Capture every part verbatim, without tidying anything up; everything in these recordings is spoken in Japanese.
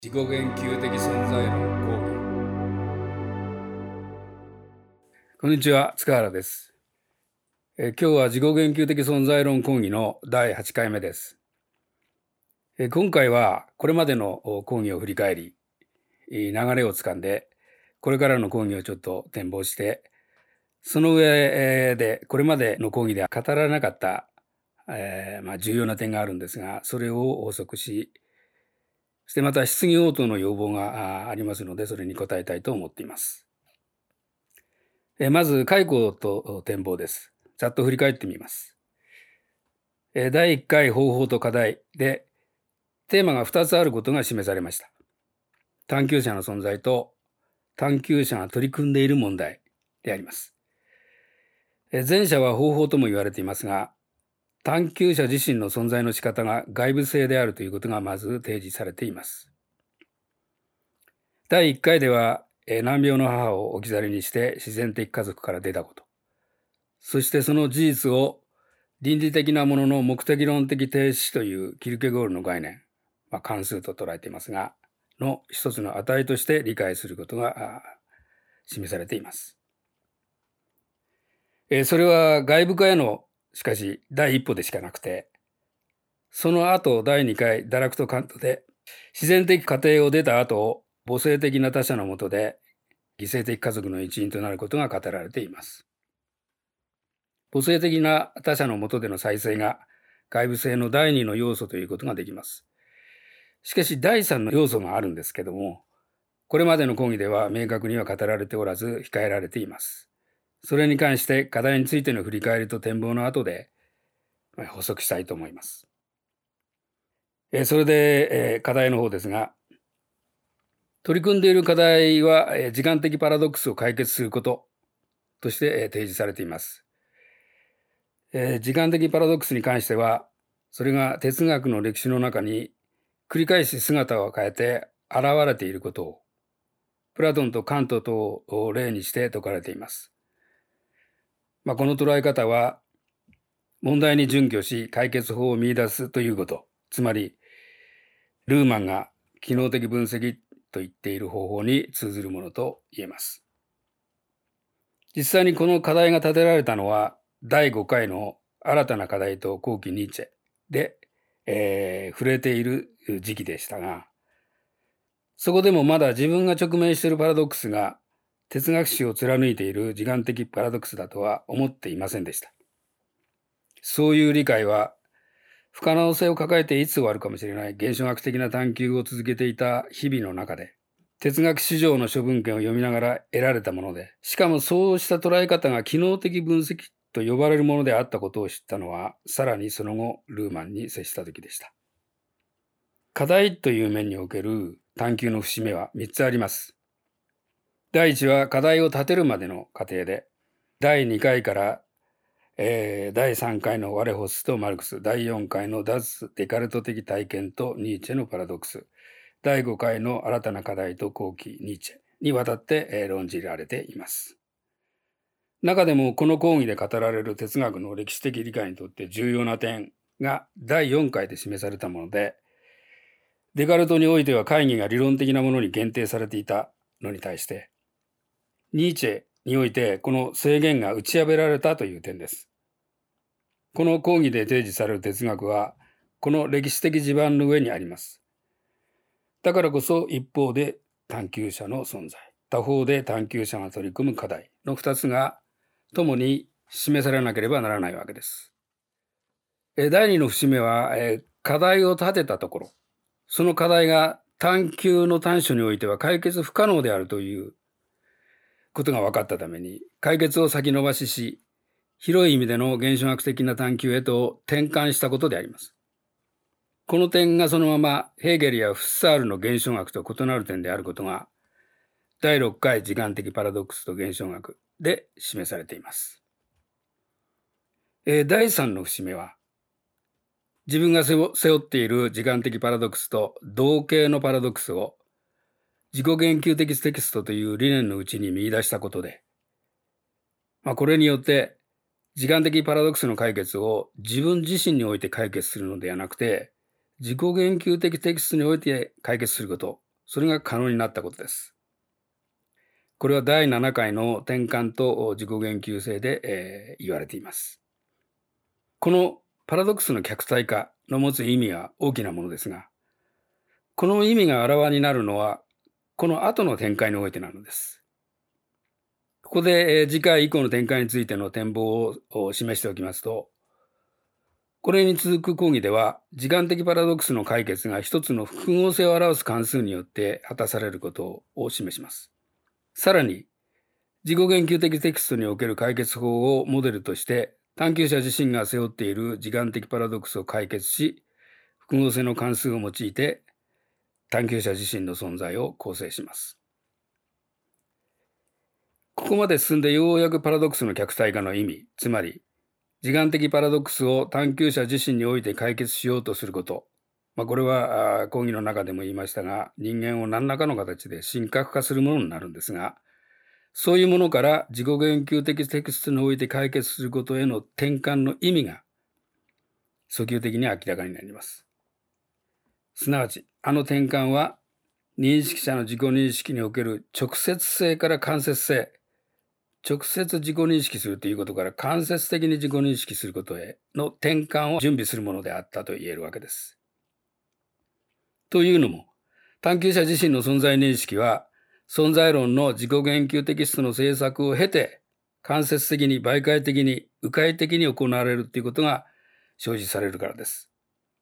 自己言及的存在論講義。こんにちは、塚原です。え今日は自己言及的存在論講義のだいはちかいめです。え今回はこれまでの講義を振り返り、流れをつかんで、これからの講義をちょっと展望して、その上でこれまでの講義では語られなかった、えーまあ、重要な点があるんですが、それを補足し、そしてまた質疑応答の要望がありますので、それに答えたいと思っています。えまず、解雇と展望です。ざっと振り返ってみます。えだいいっかい方法と課題で、テーマがふたつあることが示されました。探求者の存在と探求者が取り組んでいる問題であります。え前者は方法とも言われていますが、探求者自身の存在の仕方が外部性であるということがまず提示されています。だいいっかいでは、難病の母を置き去りにして自然的家族から出たこと、そしてその事実を倫理的なものの目的論的停止というキルケゴールの概念、まあ、関数と捉えていますが、の一つの値として理解することが示されています。それは外部化への、しかし第一歩でしかなくて、その後だいにかい堕落とカントで自然的過程を出た後、母性的な他者のもとで犠牲的家族の一員となることが語られています。母性的な他者のもとでの再生が外部性の第二の要素ということができます。しかし第三の要素があるんですけども、これまでの講義では明確には語られておらず控えられています。それに関して課題についての振り返りと展望の後で補足したいと思います。それで課題の方ですが、取り組んでいる課題は時間的パラドックスを解決することとして提示されています。時間的パラドックスに関しては、それが哲学の歴史の中に繰り返し姿を変えて現れていることを、プラトンとカント等を例にして説かれています。まあ、この捉え方は、問題に準拠し解決法を見出すということ、つまり、ルーマンが機能的分析と言っている方法に通ずるものと言えます。実際にこの課題が立てられたのは、だいごかいの新たな課題と後期ニーチェで、えー、触れている時期でしたが、そこでもまだ自分が直面しているパラドックスが哲学史を貫いている時間的パラドックスだとは思っていませんでした。そういう理解は不可能性を抱えていつ終わるかもしれない現象学的な探求を続けていた日々の中で、哲学史上の諸文献を読みながら得られたもので、しかもそうした捉え方が機能的分析と呼ばれるものであったことを知ったのは、さらにその後ルーマンに接した時でした。課題という面における探求の節目はみっつあります。だいいちは課題を立てるまでの過程で、だいにかいから、えー、だいさんかいのワレホスとマルクス、だいよんかいの脱デカルト的体験とニーチェのパラドックス、だいごかいの新たな課題と後期ニーチェにわたって論じられています。中でもこの講義で語られる哲学の歴史的理解にとって重要な点がだいよんかいで示されたもので、デカルトにおいては会議が理論的なものに限定されていたのに対して、ニーチェにおいてこの制限が打ち破られたという点です。この講義で提示される哲学は、この歴史的地盤の上にあります。だからこそ一方で探求者の存在、他方で探求者が取り組む課題のふたつが共に示されなければならないわけです。だいにの節目は、課題を立てたところ、その課題が探求の短所においては解決不可能であるということが分かったために、解決を先延ばしし、広い意味での現象学的な探求へと転換したことであります。この点がそのままヘーゲルやフッサールの現象学と異なる点であることが、だいろっかい時間的パラドックスと現象学で示されています。えー、だいさんの節目は、自分が背負っている時間的パラドックスと同型のパラドックスを自己言及的テキストという理念のうちに見出したことで、まあ、これによって時間的パラドックスの解決を自分自身において解決するのではなくて、自己言及的テキストにおいて解決すること、 それが可能になったことです。これはだいななかいの転換と自己言及性で、えー、言われています。このパラドックスの客体化の持つ意味は大きなものですが、この意味があらわになるのは、この後の展開においてなのです。ここで、えー、次回以降の展開についての展望を示しておきますと、これに続く講義では、時間的パラドックスの解決が一つの複合性を表す関数によって果たされることを示します。さらに、自己言及的テキストにおける解決法をモデルとして、探求者自身が背負っている時間的パラドックスを解決し、複合性の関数を用いて、探求者自身の存在を構成します。ここまで進んでようやくパラドックスの客体化の意味、つまり、時間的パラドックスを探求者自身において解決しようとすること。まあ、これは講義の中でも言いましたが、人間を何らかの形で神格化するものになるんですが、そういうものから自己言及的テキストにおいて解決することへの転換の意味が訴求的に明らかになります。すなわち、あの転換は認識者の自己認識における直接性から間接性、直接自己認識するということから間接的に自己認識することへの転換を準備するものであったと言えるわけです。というのも、探求者自身の存在認識は、存在論の自己言及テキストの制作を経て、間接的に媒介的に迂回的に行われるということが生じされるからです。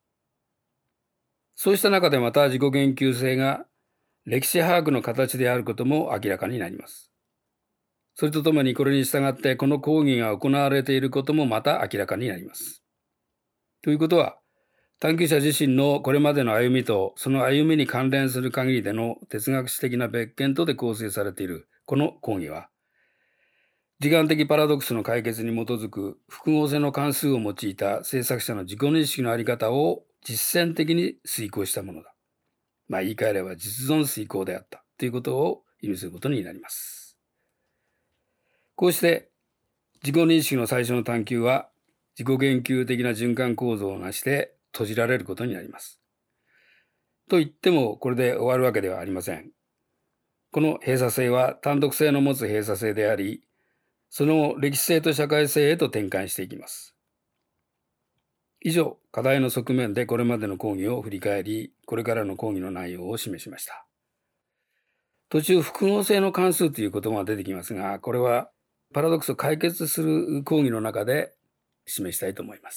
そうした中でまた自己言及性が歴史把握の形であることも明らかになります。それとともにこれに従ってこの講義が行われていることもまた明らかになります。ということは、探求者自身のこれまでの歩みとその歩みに関連する限りでの哲学史的な別件とで構成されているこの講義は、時間的パラドックスの解決に基づく複合性の関数を用いた制作者の自己認識の在り方を実践的に遂行したものだ。まあ言い換えれば実存遂行であったということを意味することになります。こうして自己認識の最初の探求は自己言及的な循環構造をなして閉じられることになります。と言ってもこれで終わるわけではありません。この閉鎖性は単独性の持つ閉鎖性であり、その歴史性と社会性へと転換していきます。以上、課題の側面でこれまでの講義を振り返り、これからの講義の内容を示しました。途中、複合性の関数という言葉が出てきますが、これはパラドックスを解決する講義の中で示したいと思います。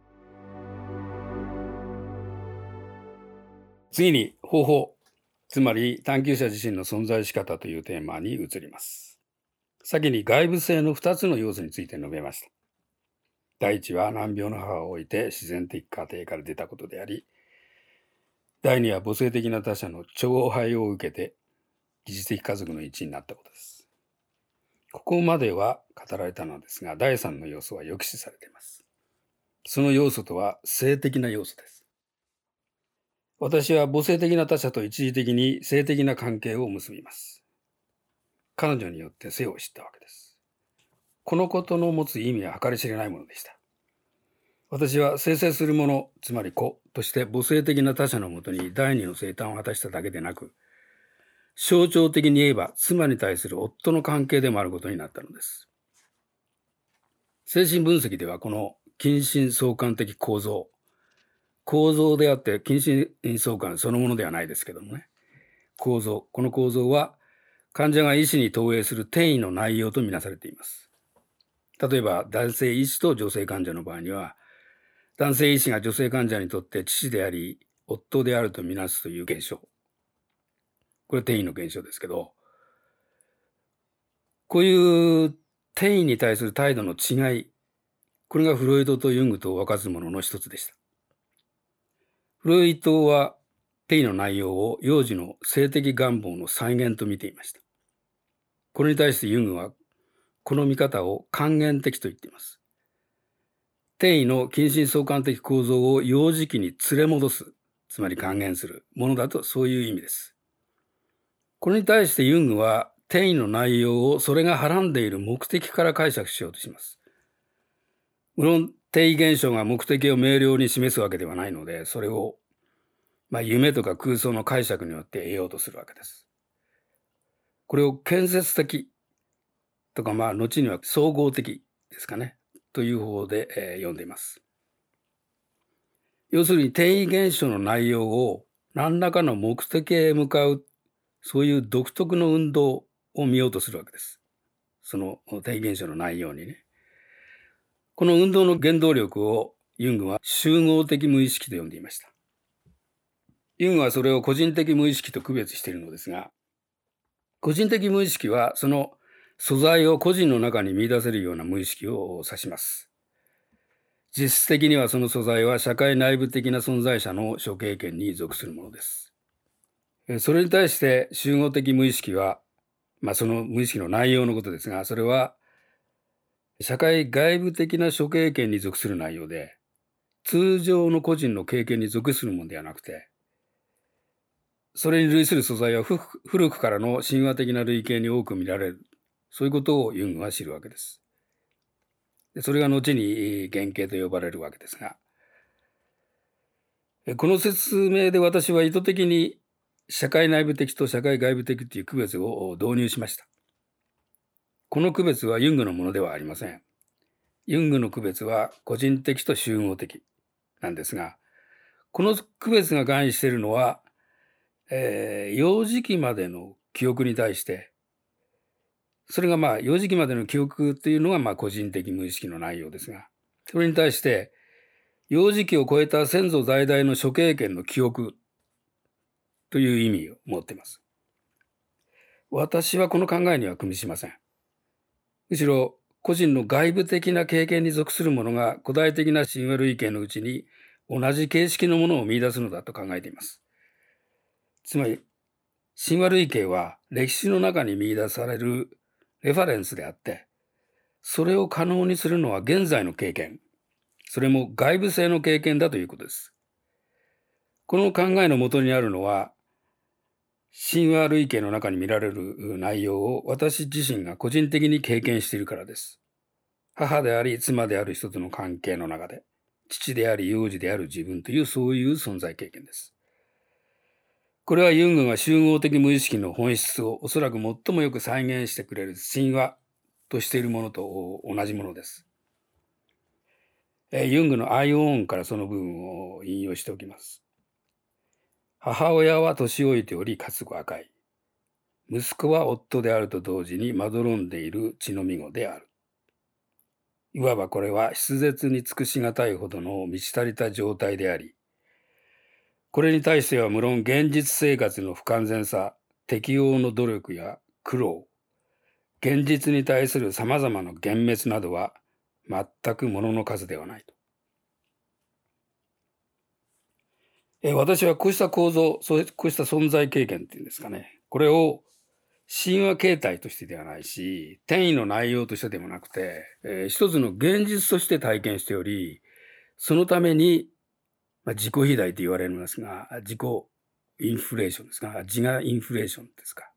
次に、方法、つまり探求者自身の存在仕方というテーマに移ります。先に外部性のふたつの要素について述べました。第一は難病の母を置いて自然的過程から出たことであり、第二は母性的な他者の寵愛を受けて疑似的家族の一員になったことです。ここまでは語られたのですが、第三の要素は抑止されています。その要素とは性的な要素です。私は母性的な他者と一時的に性的な関係を結びます。彼女によって性を知ったわけです。このことの持つ意味は計り知れないものでした。私は生成するもの、つまり子として母性的な他者のもとに第二の生誕を果たしただけでなく、象徴的に言えば妻に対する夫の関係でもあることになったのです。精神分析ではこの近親相関的構造、構造であって近親相関そのものではないですけどもね、構造、この構造は患者が医師に投影する転移の内容とみなされています。例えば男性医師と女性患者の場合には、男性医師が女性患者にとって父であり夫であるとみなすという現象、これ転移の現象ですけど、こういう転移に対する態度の違い、これがフロイトとユングと分かつものの一つでした。フロイトは転移の内容を幼児の性的願望の再現と見ていました。これに対してユングはこの見方を還元的と言っています。転移の近親相関的構造を幼児期に連れ戻す、つまり還元するものだと、そういう意味です。これに対してユングは転移の内容をそれがはらんでいる目的から解釈しようとします。無論転移現象が目的を明瞭に示すわけではないので、それをまあ、夢とか空想の解釈によって得ようとするわけです。これを建設的とか、まあ、後には総合的ですかね、という方で、えー読んでいます。要するに転移現象の内容を何らかの目的へ向かう、そういう独特の運動を見ようとするわけです。その転移現象の内容にね。この運動の原動力をユングは集合的無意識と呼んでいました。ユングはそれを個人的無意識と区別しているのですが、個人的無意識はその素材を個人の中に見出せるような無意識を指します。実質的にはその素材は社会内部的な存在者の諸経験に属するものです。それに対して集合的無意識は、まあ、その無意識の内容のことですが、それは社会外部的な諸経験に属する内容で、通常の個人の経験に属するものではなくて、それに類する素材は古くからの神話的な類型に多く見られる。そういうことをユングは知るわけです。でそれが後に原型と呼ばれるわけですが、この説明で私は意図的に社会内部的と社会外部的という区別を導入しました。この区別はユングのものではありません。ユングの区別は個人的と集合的なんですが、この区別が含意しているのは、えー、幼児期までの記憶に対して、それがまあ幼児期までの記憶というのがまあ個人的無意識の内容ですが、それに対して幼児期を超えた先祖代々の諸経験の記憶という意味を持っています。私はこの考えには組みしません。むしろ個人の外部的な経験に属するものが古代的な神話類型のうちに同じ形式のものを見出すのだと考えています。つまり神話類型は歴史の中に見出されるレファレンスであって、それを可能にするのは現在の経験、それも外部性の経験だということです。この考えのもとにあるのは、神話類型の中に見られる内容を私自身が個人的に経験しているからです。母であり妻である人との関係の中で、父であり幼児である自分というそういう存在経験です。これはユングが集合的無意識の本質をおそらく最もよく再現してくれる神話としているものと同じものです。ユングの I own からその部分を引用しておきます。母親は年老いておりかつご赤い。息子は夫であると同時にまどろんでいる血のみ子である。いわばこれは筆舌に尽くしがたいほどの満ち足りた状態であり、これに対しては無論現実生活の不完全さ、適応の努力や苦労、現実に対する様々な幻滅などは全くものの数ではないと。え私はこうした構造、そうこうした存在経験っていうんですかね、これを神話形態としてではないし、転移の内容としてでもなくて、えー、一つの現実として体験しており、そのために、まあ、自己肥大と言われますが、自己インフレーションですか、自我インフレーションですか。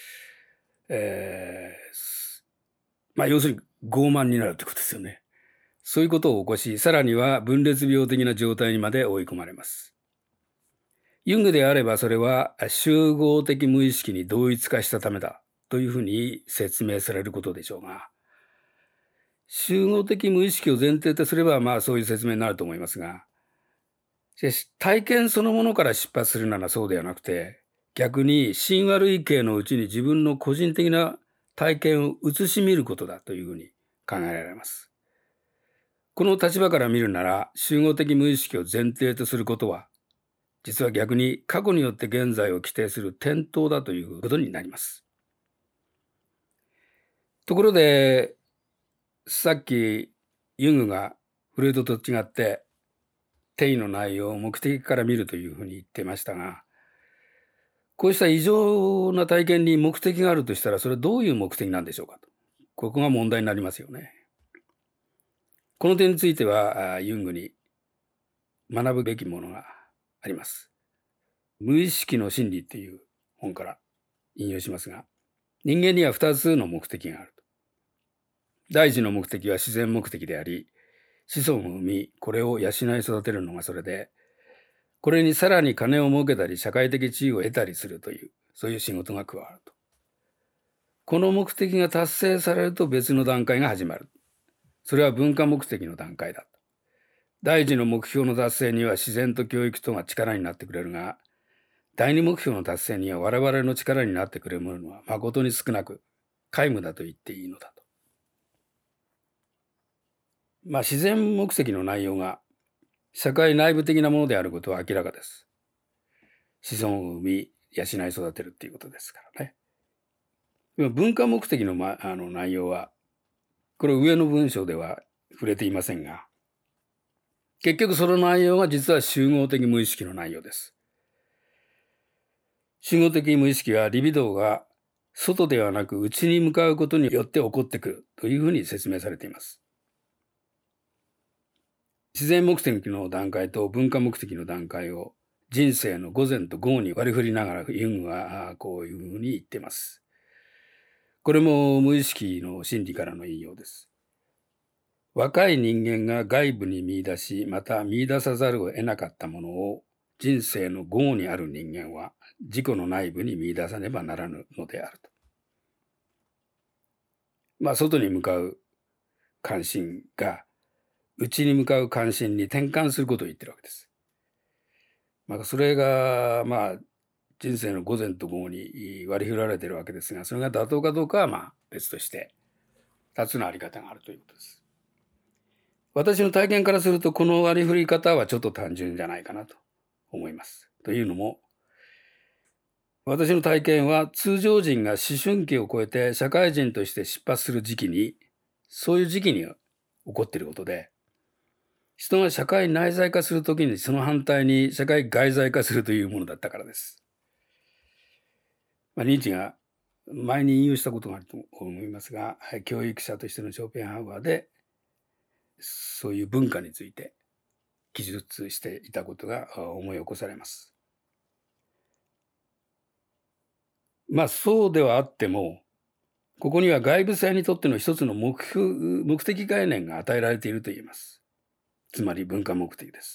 えー、まあ要するに傲慢になるということですよね。そういうことを起こし、さらには分裂病的な状態にまで追い込まれます。ユングであればそれは集合的無意識に同一化したためだというふうに説明されることでしょうが、集合的無意識を前提とすればまあそういう説明になると思いますが、しかし体験そのものから出発するならそうではなくて、逆に神話類型のうちに自分の個人的な体験を映し見ることだというふうに考えられます。この立場から見るなら、集合的無意識を前提とすることは、実は逆に過去によって現在を規定する転倒だということになります。ところで、さっきユングがフレイドと違って転移の内容を目的から見るというふうに言ってましたが、こうした異常な体験に目的があるとしたら、それはどういう目的なんでしょうかと。ここが問題になりますよね。この点については、ユングに学ぶべきものがあります。無意識の真理っていう本から引用しますが、人間には二つの目的があると。第一の目的は自然目的であり、子孫を生み、これを養い育てるのがそれで、 これにさらに金を儲けたり社会的地位を得たりするという、そういう仕事が加わると。この目的が達成されると別の段階が始まる。それは文化目的の段階だ。第一の目標の達成には自然と教育とが力になってくれるが、第二目標の達成には我々の力になってくれるものは誠に少なく、皆無だと言っていいのだと。まあ自然目的の内容が社会内部的なものであることは明らかです。子孫を生み、養い育てるっていうことですからね。文化目的の、ま、あの内容は、これ上の文章では触れていませんが、結局その内容が実は集合的無意識の内容です。集合的無意識はリビドーが外ではなく内に向かうことによって起こってくるというふうに説明されています。自然目的の段階と文化目的の段階を人生の午前と午後に割り振りながらユングはこういうふうに言っています。これも無意識の真理からの引用です。若い人間が外部に見出し、また見出さざるを得なかったものを人生の午後にある人間は自己の内部に見出さねばならぬのであると。まあ外に向かう関心が内に向かう関心に転換することを言ってるわけです。まあそれがまあ人生の午前と午後に割り振られているわけですが、それが妥当かどうかはまあ別として二つのあり方があるということです。私の体験からするとこの割り振り方はちょっと単純じゃないかなと思います。というのも、私の体験は通常人が思春期を超えて社会人として出発する時期に、そういう時期に起こっていることで、人が社会内在化するときにその反対に社会外在化するというものだったからです。まあ、ニーチェが前に引用したことがあると思いますが、教育者としてのショーペンハウアーでそういう文化について記述していたことが思い起こされます。まあそうではあっても、ここには外部性にとっての一つの目標、目的概念が与えられていると言えます。つまり文化目的です。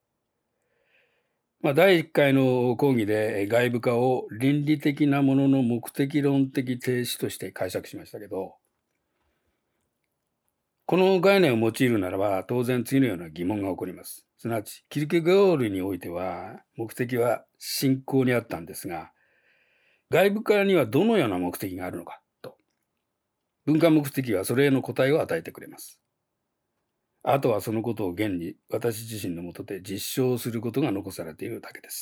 まあ、だいいっかいの講義で外部化を倫理的なものの目的論的停止として解釈しましたけど、この概念を用いるならば当然次のような疑問が起こります。すなわちキルケゴールにおいては目的は信仰にあったんですが、外部化にはどのような目的があるのかと。文化目的はそれへの答えを与えてくれます。あとはそのことを現に私自身のもとで実証することが残されているだけです。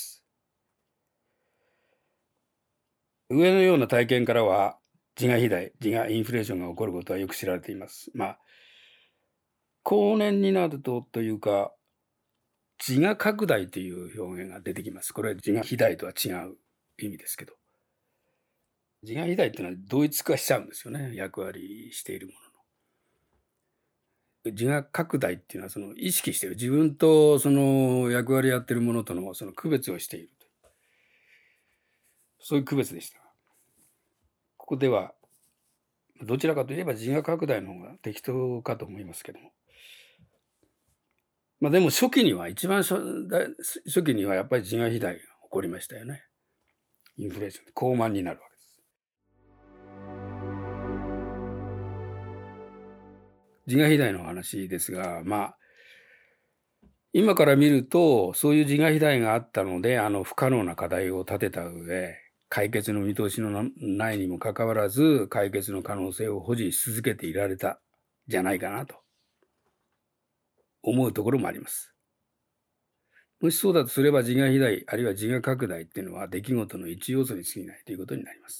上のような体験からは自我肥大、自我インフレーションが起こることはよく知られています。まあ、後年になるとというか、自我拡大という表現が出てきます。これは自我肥大とは違う意味ですけど。自我肥大っていうのは同一化しちゃうんですよね。役割しているものの。自我拡大っていうのはその意識している。自分とその役割やっているものとのその区別をしている。そういう区別でした。ここではどちらかといえば自我拡大の方が適当かと思いますけども。まあでも初期には、一番初初期にはやっぱり自我肥大が起こりましたよね。インフレーションで高慢になるわけです。自我肥大の話ですが、まあ、今から見ると、そういう自我肥大があったので、あの不可能な課題を立てた上、解決の見通しのないにもかかわらず、解決の可能性を保持し続けていられたじゃないかなと思うところもあります。もしそうだとすれば自我肥大、あるいは自我拡大っていうのは出来事の一要素に過ぎないということになります。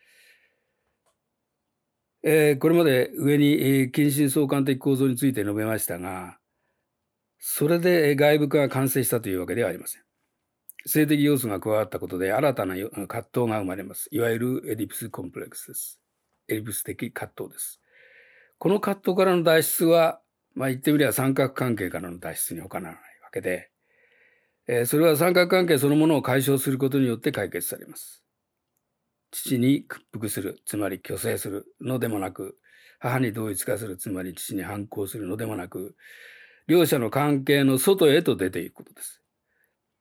えー、これまで上に、えー、近親相関的構造について述べましたが、それで外部化が完成したというわけではありません。性的要素が加わったことで新たな葛藤が生まれます。いわゆるエディプスコンプレックスです。エディプス的葛藤です。この葛藤からの脱出は、まあ言ってみれば三角関係からの脱出に他ならないわけで、えー、それは三角関係そのものを解消することによって解決されます。父に屈服する、つまり虚勢するのでもなく、母に同一化する、つまり父に反抗するのでもなく、両者の関係の外へと出ていくことです。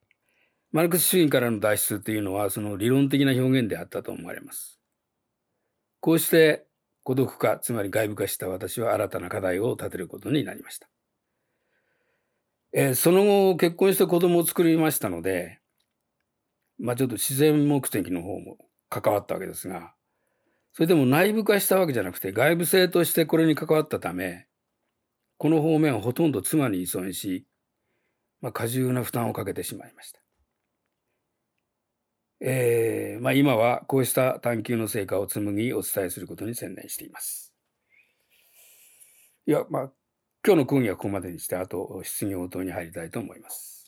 マルクス主義からの脱出というのはその理論的な表現であったと思われます。こうして孤独化、つまり外部化した私は新たな課題を立てることになりました。えーその後結婚して子供を作りましたので、まあちょっと自然目的の方も関わったわけですが、それでも内部化したわけじゃなくて外部性としてこれに関わったため、この方面をほとんど妻に依存し、まあ、過重な負担をかけてしまいました。えーまあ、今はこうした探求の成果を紡ぎお伝えすることに専念しています。いや、まあ、今日の講義はここまでにして、あと質疑応答に入りたいと思います。